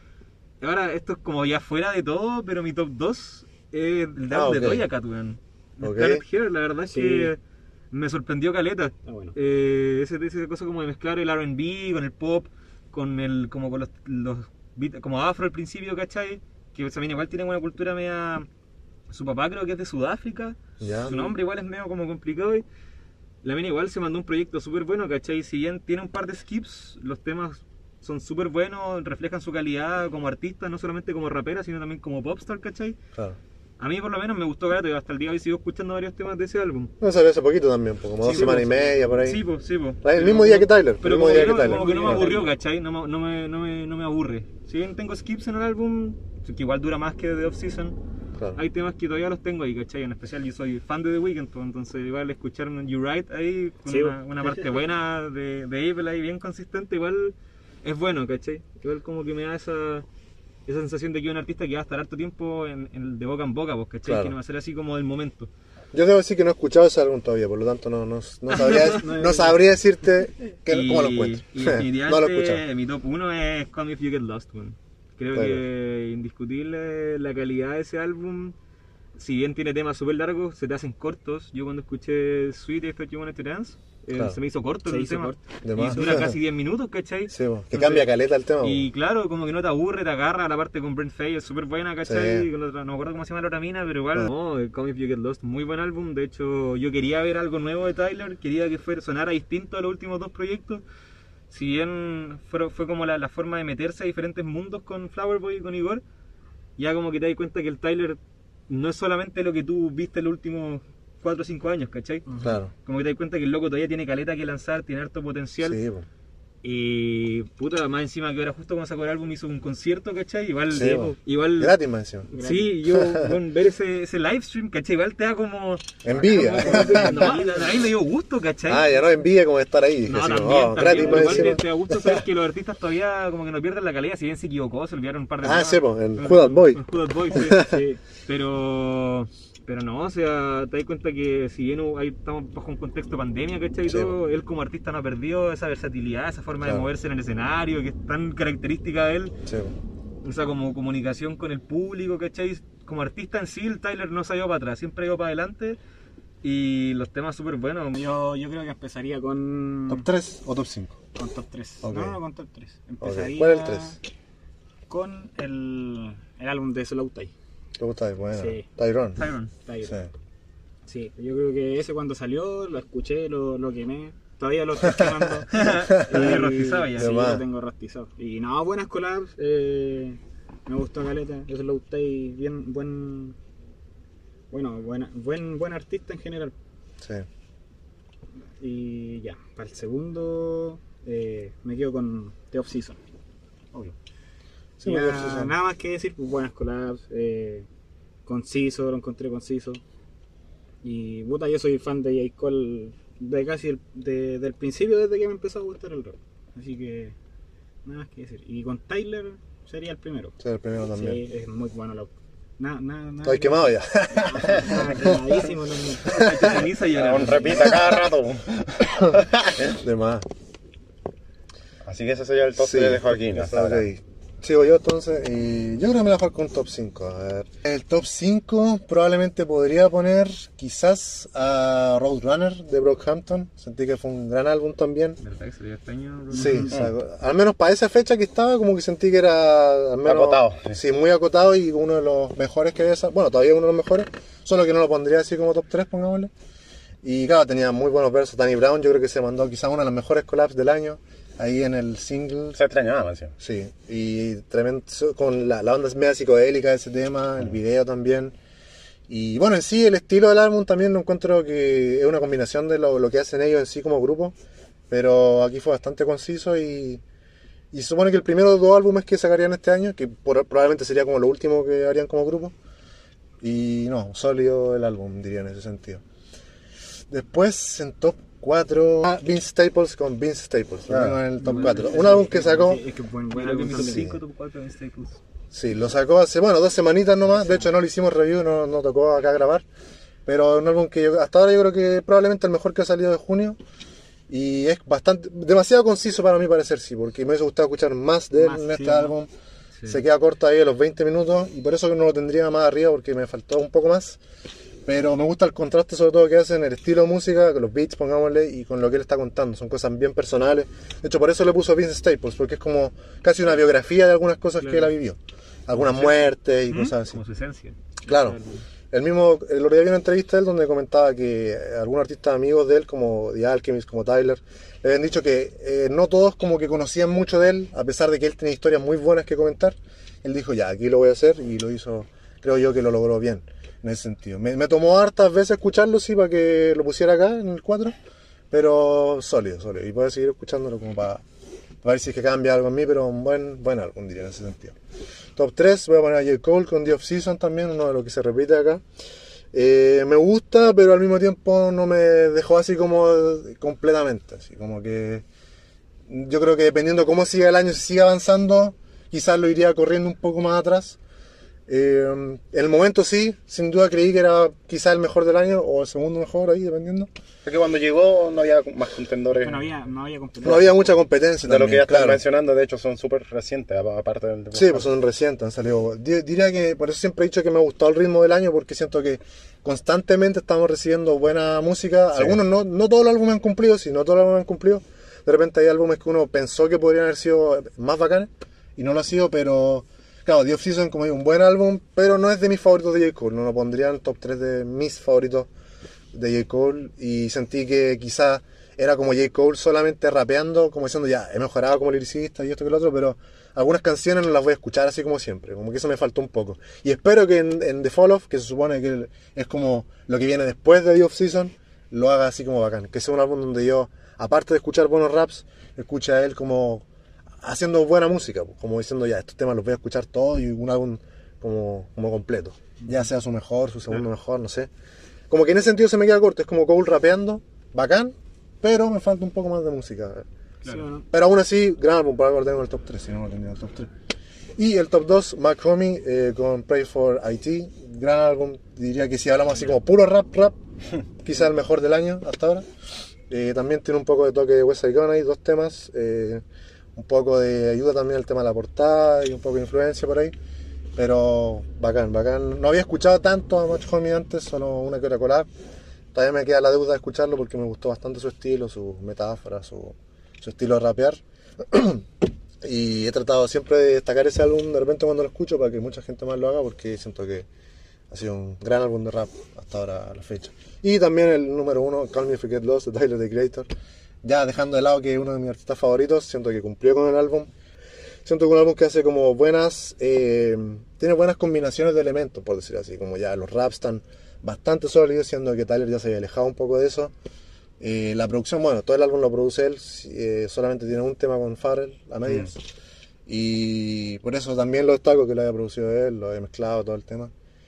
ahora esto es como ya fuera de todo, pero mi top 2 es el álbum de Doja Cat, weón. Scarlet Hair, la verdad es que me sorprendió caleta. Bueno. Ese cosa como de mezclar el R&B con el pop, con los beats, como afro al principio, ¿cachai? Que también igual tiene una cultura media... Su papá creo que es de Sudáfrica, su nombre igual es medio como complicado. Y la mina igual se mandó un proyecto súper bueno, ¿cachai? Si bien tiene un par de skips, los temas son súper buenos, reflejan su calidad como artista, no solamente como rapera, sino también como popstar, ¿cachai? Claro. A mí por lo menos me gustó gato y hasta el día de hoy sigo escuchando varios temas de ese álbum. No salió hace poquito también, como 2 semanas y media por ahí. Sí, pues. El mismo día que Tyler. Pero como que no me aburrió, ¿cachai? No me aburre. Si bien tengo skips en el álbum, que igual dura más que The Off-Season, claro. Hay temas que todavía los tengo ahí, ¿cachai? En especial yo soy fan de The Weeknd, pues, entonces igual escuchar You Right ahí, con una parte buena de Abel ahí bien consistente, igual es bueno, ¿cachai? Igual como que me da esa sensación de que es un artista que va a estar harto tiempo de boca en boca, pues, ¿cachai? Claro. Que no va a ser así como del momento. Yo debo decir que no he escuchado ese álbum todavía, por lo tanto no sabría decirte cómo lo encuentro. No lo he escuchado. Mi top 1 es Come If You Get Lost, man. Creo que indiscutible la calidad de ese álbum. Si bien tiene temas súper largos, se te hacen cortos. Yo cuando escuché Sweet If You Wanted to Dance, se me hizo corto el tema. Y dura casi 10 minutos, ¿cachai? Sí, que cambia caleta el tema. Y claro, como que no te aburre, te agarra. La parte con Brent Faye es súper buena, ¿cachai? Sí. No me acuerdo cómo se llama la otra mina, pero igual. No, Come If You Get Lost, muy buen álbum. De hecho, yo quería ver algo nuevo de Tyler. Quería que sonara distinto a los últimos 2 proyectos. Si bien fue como la forma de meterse a diferentes mundos con Flower Boy y con Igor, ya como que te das cuenta que el Tyler no es solamente lo que tú viste en los últimos 4 o 5 años, ¿cachai? Claro. Como que te das cuenta que el loco todavía tiene caleta que lanzar, tiene harto potencial. Sí, y puta, más encima que ahora justo cuando sacó el álbum hizo un concierto, ¿cachai? Igual gratis más encima. Sí, yo con ver ese live stream, ¿cachai? Igual te da como envidia. A mí me dio gusto, ¿cachai? Ya no envidia como estar ahí. No, decimos, también, gratis más encima. Te da gusto saber que los artistas todavía como que no pierden la calidad, si bien se equivocó, se olvidaron un par de temas. Sí, pues, en Who That Boy. En Who That Boy, sí. Pero no, o sea, te das cuenta que si bien estamos bajo un contexto de pandemia, ¿cachai? Y todo, él como artista no ha perdido esa versatilidad, esa forma de moverse en el escenario, que es tan característica de él. Sí. O sea, como comunicación con el público, ¿cachai? Como artista en sí, el Tyler no se ha ido para atrás, siempre ha ido para adelante. Y los temas súper buenos. Yo creo que empezaría con... ¿Top 3 o top 5? Con top 3. Okay. No, con top 3. Empezaría ¿Cuál es el 3? Con el álbum de Slow Tie. ¿Te gusta? Bueno. Sí. Tyrone. Sí, yo creo que ese cuando salió, lo escuché, lo quemé. Todavía lo estoy quemando. Rostizado ya. Sí, lo tengo rostizado. Y no, buenas collabs. Me gustó caleta. Slow Tie, bien, buen artista en general. Sí. Y ya, para el segundo me quedo con The Off-Season. Obvio. Sí, nada más que decir, pues buenas collabs, conciso, lo encontré conciso. Y puta, yo soy fan de J. Cole de casi del principio, desde que me empezó a gustar el rock. Así que nada más que decir. Y con Tyler sería el primero. Sí, el primero también. Sí, es muy bueno la... Nada. Estoy quemado ya. Quemadísimo Un repita cada rato. De más. Así que ese sería el top 3 de Joaquín. Sigo yo entonces, y yo creo que me voy a dejar con un top 5. A ver. El top 5 probablemente podría poner quizás a Roadrunner de Brockhampton. Sentí que fue un gran álbum también. ¿Verdad que salió este año? Sí, al menos para esa fecha que estaba, como que sentí que era al menos, acotado. Sí, muy acotado y uno de los mejores que había. Bueno, todavía uno de los mejores, solo que no lo pondría así como top 3, pongámosle. Y claro, tenía muy buenos versos. Danny Brown, yo creo que se mandó quizás una de las mejores collabs del año. Ahí en el single. Se extrañaba, man. Sí, y tremendo, con la onda media psicodélica de ese tema, el video también. Y bueno, en sí, el estilo del álbum también lo encuentro que es una combinación de lo que hacen ellos en sí como grupo. Pero aquí fue bastante conciso y se supone que el primero de 2 álbumes que sacarían este año, que probablemente sería como lo último que harían como grupo. Y no, sólido el álbum, diría en ese sentido. Después, en top 4, Vince Staples con Vince Staples, lo tengo en el top 4. Un álbum que sacó... Es que buen top 4 Vince Staples. Sí, lo sacó hace, 2 semanitas nomás. De hecho, no le hicimos review, no tocó acá grabar. pero un álbum que hasta ahora yo creo que es probablemente el mejor que ha salido de junio. Y es demasiado conciso para mi parecer, sí, porque me hubiese gustado escuchar más de él en este álbum. Sí. Se queda corto ahí a los 20 minutos y por eso que no lo tendría más arriba porque me faltó un poco más. Pero me gusta el contraste sobre todo que hacen el estilo de música, con los beats, pongámosle, y con lo que él está contando. Son cosas bien personales. De hecho, por eso le puso Vince Staples, porque es como casi una biografía de algunas cosas que él ha vivido. Algunas muertes y cosas así. Como su esencia. Claro. El otro día vi una entrevista de él donde comentaba que algunos artistas amigos de él, como The Alchemist, como Tyler, le habían dicho que no todos como que conocían mucho de él, a pesar de que él tenía historias muy buenas que comentar. Él dijo, ya, aquí lo voy a hacer, y lo hizo, creo yo que lo logró bien, en ese sentido. Me tomó hartas veces escucharlo, sí, para que lo pusiera acá, en el 4, pero sólido, y puedo seguir escuchándolo como para ver si es que cambia algo en mí, pero un buen álbum, diría, en ese sentido. Top 3, voy a poner a J. Cole con The Off-Season también, uno de los que se repite acá. Me gusta, pero al mismo tiempo no me dejó así como completamente, así como que yo creo que dependiendo cómo siga el año, si sigue avanzando, quizás lo iría corriendo un poco más atrás. En el momento sí, sin duda creí que era quizás el mejor del año o el segundo mejor ahí, dependiendo. Porque cuando llegó no había más contendores. No había competencia. No había mucha competencia. De también, lo que ya están mencionando, de hecho son súper recientes, aparte del... Sí, pues son recientes, han salido. Diría que por eso siempre he dicho que me ha gustado el ritmo del año, porque siento que constantemente estamos recibiendo buena música. Sí. Algunos no todos los álbumes han cumplido, sí, no todos los álbumes han cumplido. De repente hay álbumes que uno pensó que podrían haber sido más bacanes y no lo ha sido, pero... Claro, The Off-Season, como digo, un buen álbum, pero no es de mis favoritos de J. Cole. No lo pondría en el top 3 de mis favoritos de J. Cole. Y sentí que quizás era como J. Cole solamente rapeando, como diciendo, ya, he mejorado como liricista y esto que lo otro, pero algunas canciones no las voy a escuchar así como siempre. Como que eso me faltó un poco. Y espero que en The Fall Off, que se supone que es como lo que viene después de The Off-Season, lo haga así como bacán. Que sea un álbum donde yo, aparte de escuchar buenos raps, escuche a él como... haciendo buena música, como diciendo ya, estos temas los voy a escuchar todos y un álbum como completo, ya sea su mejor, su segundo mejor, no sé, como que en ese sentido se me queda corto, es como Cole rapeando, bacán, pero me falta un poco más de música, claro. Pero aún así, gran álbum, por algo lo tengo en el top 3, si no lo tenía en el top 3. Y el top 2, Mac Homie con Pray for IT, gran álbum, diría que si hablamos así como puro rap, quizás el mejor del año hasta ahora. También tiene un poco de toque de West Side Gun ahí, 2 temas, un poco de ayuda también al tema de la portada y un poco de influencia por ahí, pero bacán. No había escuchado tanto a Match Homie antes, solo una que otra collab. Todavía me queda la deuda de escucharlo porque me gustó bastante su estilo, su metáfora, su estilo de rapear. Y he tratado siempre de destacar ese álbum de repente cuando lo escucho para que mucha gente más lo haga, porque siento que ha sido un gran álbum de rap hasta ahora a la fecha. Y también el número 1, Call Me If You Get Lost, de Tyler, the Creator. Ya dejando de lado que es uno de mis artistas favoritos, siento que cumplió con el álbum. Siento que es un álbum que hace como tiene buenas combinaciones de elementos, por decir así, como ya los raps están bastante sólidos, siendo que Tyler ya se había alejado un poco de eso. La producción, bueno, todo el álbum lo produce él, solamente tiene un tema con Pharrell a medias. Y por eso también lo destaco que lo haya producido él, lo haya mezclado todo el tema.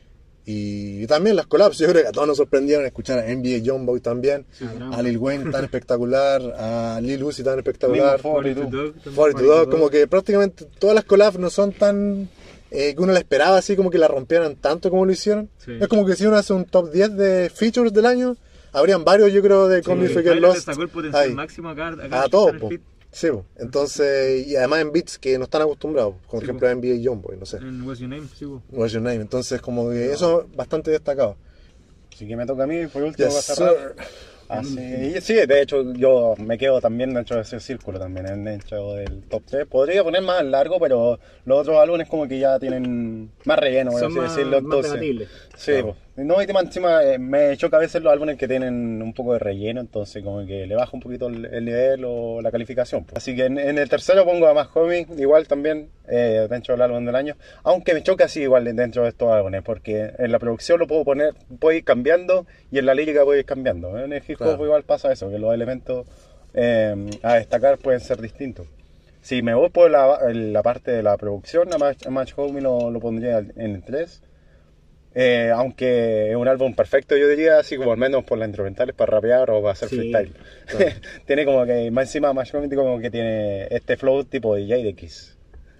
Y también las collabs, yo creo que a todos nos sorprendieron escuchar a NBA Youngboy también, a Lil Wayne tan espectacular, a Lil Uzi tan espectacular, 42 Dog, como que prácticamente todas las collabs no son tan que uno la esperaba así como que la rompieran tanto como lo hicieron. Sí. Es como que si uno hace un top 10 de features del año, habrían varios yo creo de Call Me If You Get Lost. Sacó el potencial máximo acá a todos. Sí, entonces, y además en beats que no están acostumbrados, como por ejemplo en NBA Youngboy, no sé. En What's Your Name, sí. What's Your Name, entonces como que eso es bastante destacado. Así que me toca a mí, por último, para cerrar. Sí, de hecho yo me quedo también dentro de ese círculo también, dentro del top 3. Podría poner más largo, pero los otros álbumes como que ya tienen más relleno, por así decirlo. Entonces, sí, claro. No, y encima me choca a veces los álbumes que tienen un poco de relleno, entonces como que le baja un poquito el nivel o la calificación. Así que en el tercero pongo a Mac Homie, igual también dentro del álbum del año, aunque me choca así igual dentro de estos álbumes, porque en la producción lo puedo ir cambiando y en la lírica puedo ir cambiando. En el hip hop igual pasa eso, que los elementos a destacar pueden ser distintos. Si me voy por la parte de la producción, a Mac Homie lo pondría en el 3. Aunque es un álbum perfecto, yo diría, así como al menos por las instrumentales para rapear o para hacer freestyle. Claro. Tiene como que, más encima, más como que tiene este flow tipo de Jadakiss.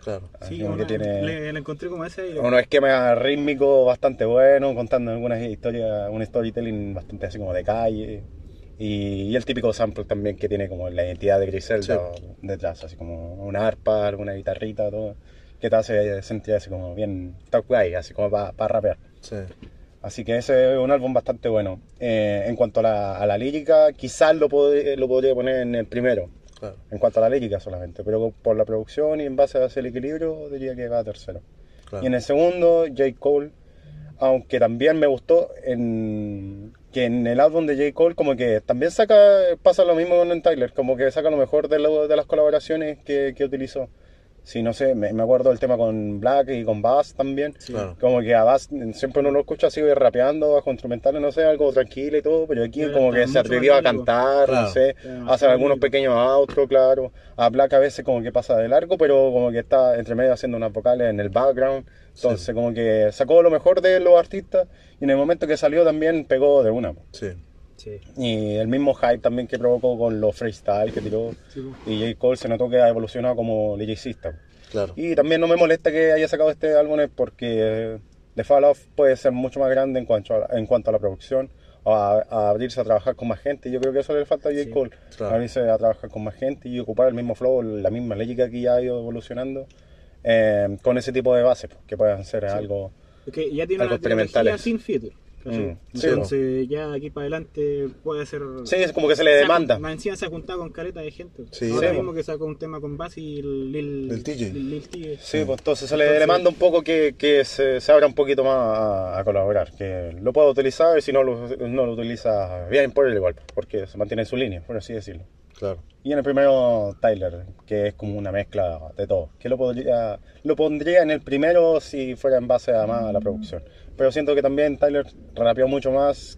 Claro. Así Sí, como que tiene le encontré como ese y unos esquemas rítmicos bastante buenos, contando algunas historias, un storytelling bastante así como de calle. Y el típico sample también que tiene como la identidad de Griselda detrás, así como una arpa, alguna guitarrita, todo, que te hace sentir así como bien top guy, así como para rapear. Sí. Así que ese es un álbum bastante bueno. En cuanto a la lírica, quizás lo podría poner en el primero, Claro. en cuanto a la lírica solamente, pero por la producción y en base a ese equilibrio diría que va tercero. Claro. Y en el segundo, J. Cole, aunque también me gustó que en el álbum de J. Cole como que también pasa lo mismo con en Tyler, como que saca lo mejor de las colaboraciones que utilizó. Sí, no sé, me acuerdo del tema con Black y con Bass también. Claro. Como que a Bass siempre uno lo escucha así rapeando, bajo instrumentales, no sé, algo tranquilo y todo, pero aquí Pero como que está se mucho atrevió a más lírico. cantar, Claro. no sé, Está hacer algunos lírico. pequeños outros, claro. A Black a veces como que pasa de largo, pero como que está entre medio haciendo unas vocales en el background. Entonces como que sacó lo mejor de los artistas y en el momento que salió también pegó de una. Sí. Sí. Y el mismo hype también que provocó con los freestyle que tiró. Y J. Cole se notó que ha evolucionado como lyricista. Claro. Y también no me molesta que haya sacado este álbum porque The Fall Off puede ser mucho más grande en cuanto a la producción, o a abrirse a trabajar con más gente. Yo creo que eso le falta a J. Cole, claro. abrirse a trabajar con más gente y ocupar el mismo flow, la misma lírica que ya ha ido evolucionando, con ese tipo de bases, que puedan ser algo... Porque ya tiene Algo una trilogía experimentales. sin feature. ¿cachai? Sí, Entonces ya de aquí para adelante puede ser... Sí, es como que se le demanda. Más encima se ha juntado con careta de gente. Sí, Ahora sí, mismo que sacó un tema con Bass y Lil TJ. Lil TJ. Sí, pues entonces se le demanda un poco que se abra un poquito más a colaborar, que lo pueda utilizar y si no lo utiliza bien por él igual, porque se mantiene en su línea, por así decirlo. Claro. Y en el primero, Tyler, que es como una mezcla de todo, que lo pondría en el primero si fuera en base a más a la producción. Pero siento que también Tyler rapeó mucho más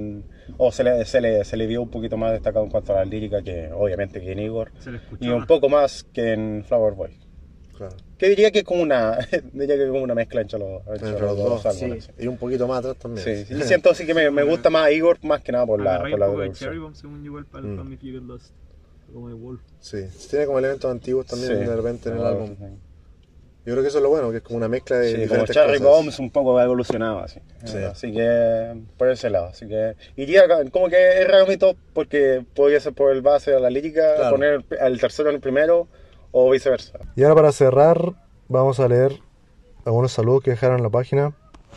o se le vio un poquito más destacado en cuanto a la lírica que obviamente que en Igor, Se le escuchó y un más. poco más que en Flower Boy. Claro. Que diría que es como una mezcla entre Entre los dos sí. álbumes. Y un poquito más atrás también. Sí, sí. Y siento así que me gusta más Igor más que nada por la Agarré un poco de producción. Cherry Bomb según yo igual para el From If You Get Lost. Como de Wolf. Sí. Tiene como elementos antiguos también Sí. de repente en el Ah, álbum. sí. Yo creo que eso es lo bueno, que es como una mezcla de Sí, como diferentes Cherry cosas. Bombs un poco ha evolucionado así. Sí. Así que por ese lado. Así que iría como que es raro mi top porque podría ser por el base de la lírica, Claro. poner al tercero en el primero o viceversa. Y ahora para cerrar, vamos a leer algunos saludos que dejaron en la página.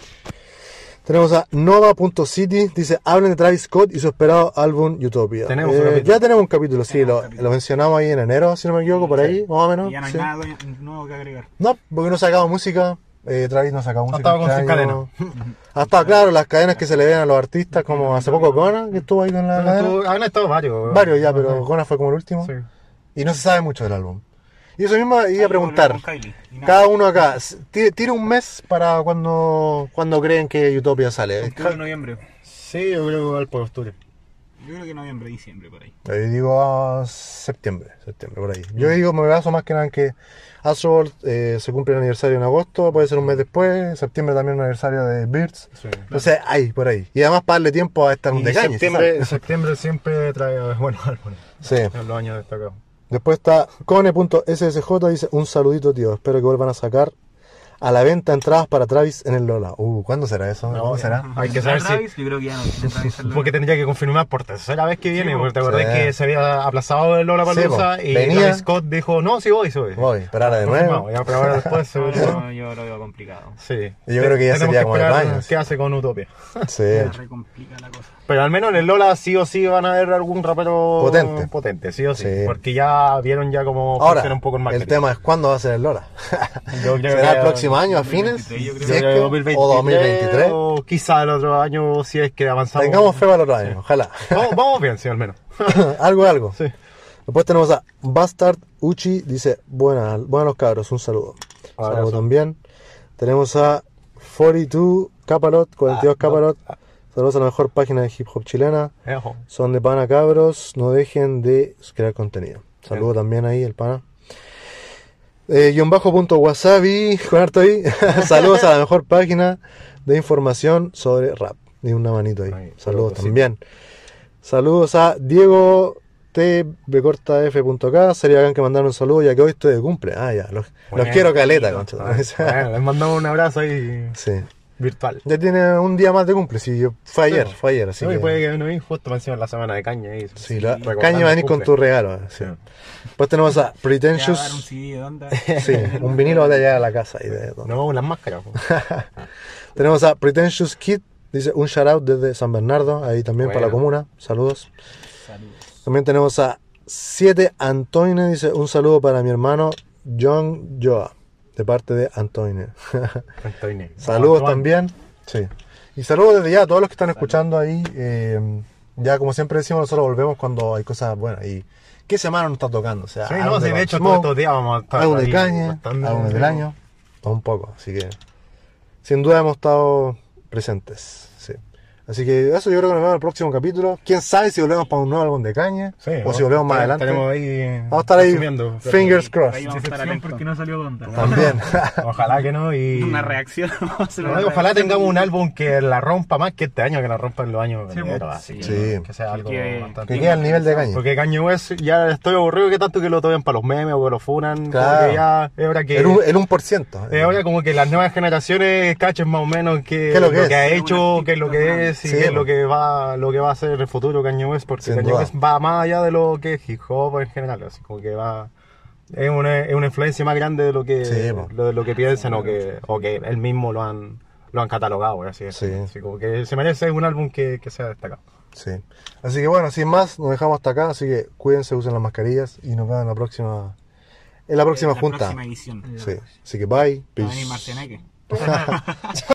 Tenemos a Nova.city, dice, hablen de Travis Scott y su esperado álbum Utopia. Tenemos un capítulo. Ya tenemos un capítulo, sí, lo mencionamos ahí en enero, si no me equivoco, por ahí, más o menos. Y ya no hay sí. nada nuevo que agregar. No, porque no sacamos música. Travis no sacaba música. estado con este sus año. Ha estado, claro, las cadenas que se le ven a los artistas, como hace poco Gona, que estuvo ahí con la cadena. Han estado varios. Varios ya, pero Gona fue como el último. Sí. Y no se sabe mucho del álbum. Y eso mismo iba a preguntar. Con Kylie, y nada. Cada uno acá, tire un mes para cuando creen que Utopia sale. Octubre, noviembre. Sí, yo creo que va por octubre. Yo creo que noviembre, diciembre, por ahí. Yo digo septiembre, por ahí. Yo digo, me baso más que nada en que Astroworld se cumple el aniversario en agosto, puede ser un mes después, septiembre también el aniversario de Birds. Sí. Entonces, ahí, por ahí. Y además para darle tiempo a estar un Y decañe. septiembre siempre trae buenos álbumes. Sí. En los años destacados. Después está Cone.ssj, dice, un saludito, tío. Espero que vuelvan a sacar a la venta entradas para Travis en el Lola. ¿Cuándo será eso? ¿Cómo será? Hay que saber si. Travis, yo creo que ya no tiene Travis al Porque tendría que confirmar por tercera vez que viene, Sí, porque te acordás sí. que se había aplazado el Lollapalooza Sí, y venía. Travis Scott dijo, no, sí voy. Voy, pero ahora de Confirmado, nuevo. ya, pero ahora después se No, yo lo veo complicado. Sí. Yo creo que ya Tenemos sería que como el esperar baño. ¿Qué hace con Utopia? Sí. Re complica la cosa. Pero al menos en el Lola sí o sí van a ver algún rapero Potente. sí o sí. Sí. Porque ya vieron ya cómo Ahora, funciona un poco el marketing. el tema es cuándo va a ser el Lola. Yo creo ¿Será que el próximo año, a fines? 2023, yo creo. Si es que- 2023, o 2023. o quizá el otro año si es que avanzamos. Tengamos fe para el otro año, ojalá. Vamos bien, sí, al menos. algo. Sí. Después tenemos a Bastard Uchi, dice, buenas los cabros, un saludo. Abrazo. Saludo también. Tenemos a 42 Capalot, 42 Capalot. Saludos a la mejor página de hip hop chilena. Ejo. Son de pana cabros, no dejen de crear contenido. Saludo también ahí, el pana. _wasabi, con harto ahí. Saludos a la mejor página de información sobre rap. Y una manito ahí. Ahí, Saludos sí. también. Saludos a Diego tbcortaf.k. Sería bacán que mandaran un saludo ya que hoy estoy de cumple. Ah, ya, los quiero caleta, concha. Bueno, les mandamos un abrazo ahí Sí. virtual. Ya tiene un día más de cumple, sí, fue ayer, así Sí, que... puede que no venga justo encima de la semana de caña. Ahí, Sí, la recordando caña va a venir el con cumple. tu regalo. Sí. Después tenemos a Te va a dar un Pretentious. CD de onda. Sí, un vinilo va a llegar a la casa. Y de todo. No, las máscaras. po. Tenemos a Pretentious Kid. Dice un shout out desde San Bernardo. Ahí también para la Bueno. comuna. Saludos. Saludos. También tenemos a 7 Antoine. Dice un saludo para mi hermano John Joa. De parte de Antoine. Antonio. Saludos Antoine. también. Sí. Y saludos desde ya a todos los que están escuchando ahí. Ya como siempre decimos, nosotros volvemos cuando hay cosas buenas. Y qué semana nos está tocando. O sea, Sí, álbum no, sí, de hecho, todos Smoke, estos días vamos a estar. álbum de ahí caña, bastante- álbum del año, todo un poco. Así que sin duda hemos estado presentes. Sí. Así que eso yo creo que nos vemos en el próximo capítulo. Quién sabe si volvemos para un nuevo álbum de caña Sí, o si volvemos más adelante. Estaremos ahí. Vamos a estar ahí, asumiendo. fingers crossed. Ahí vamos a estar Decepción atentos. porque no salió onda. También. Ojalá que no. Y... Una reacción. Vamos a hacer No, una y ojalá reacción. tengamos un álbum que la rompa más que este año, que la rompa en los años Sí, venideros, pues, así. sí. Que sea algo Que- bastante. Que quede al nivel de caña. Porque Kanye West ya estoy aburrido que tanto que lo tomen para los memes o que lo funan. Claro. Porque ya es hora que. El 1%. Es hora como que las nuevas generaciones cachen más o menos ¿Qué es lo que es? ha hecho, qué es lo que es y Sí, qué es po. lo que va a ser el futuro Kanye West, porque Sin Kanye duda. West va más allá de lo que es hip hop en general, así como que va. Es una influencia más grande de lo que, Sí, po. de lo que piensan o que él mismo lo han catalogado, por así Sí. decirlo. Así como que se merece un álbum que sea destacado. Sí. Así que bueno, sin más, nos dejamos hasta acá. Así que cuídense, usen las mascarillas y nos vemos en la próxima junta. Próxima edición. Sí. Así que bye. Va a venir Peace. Marcianeque.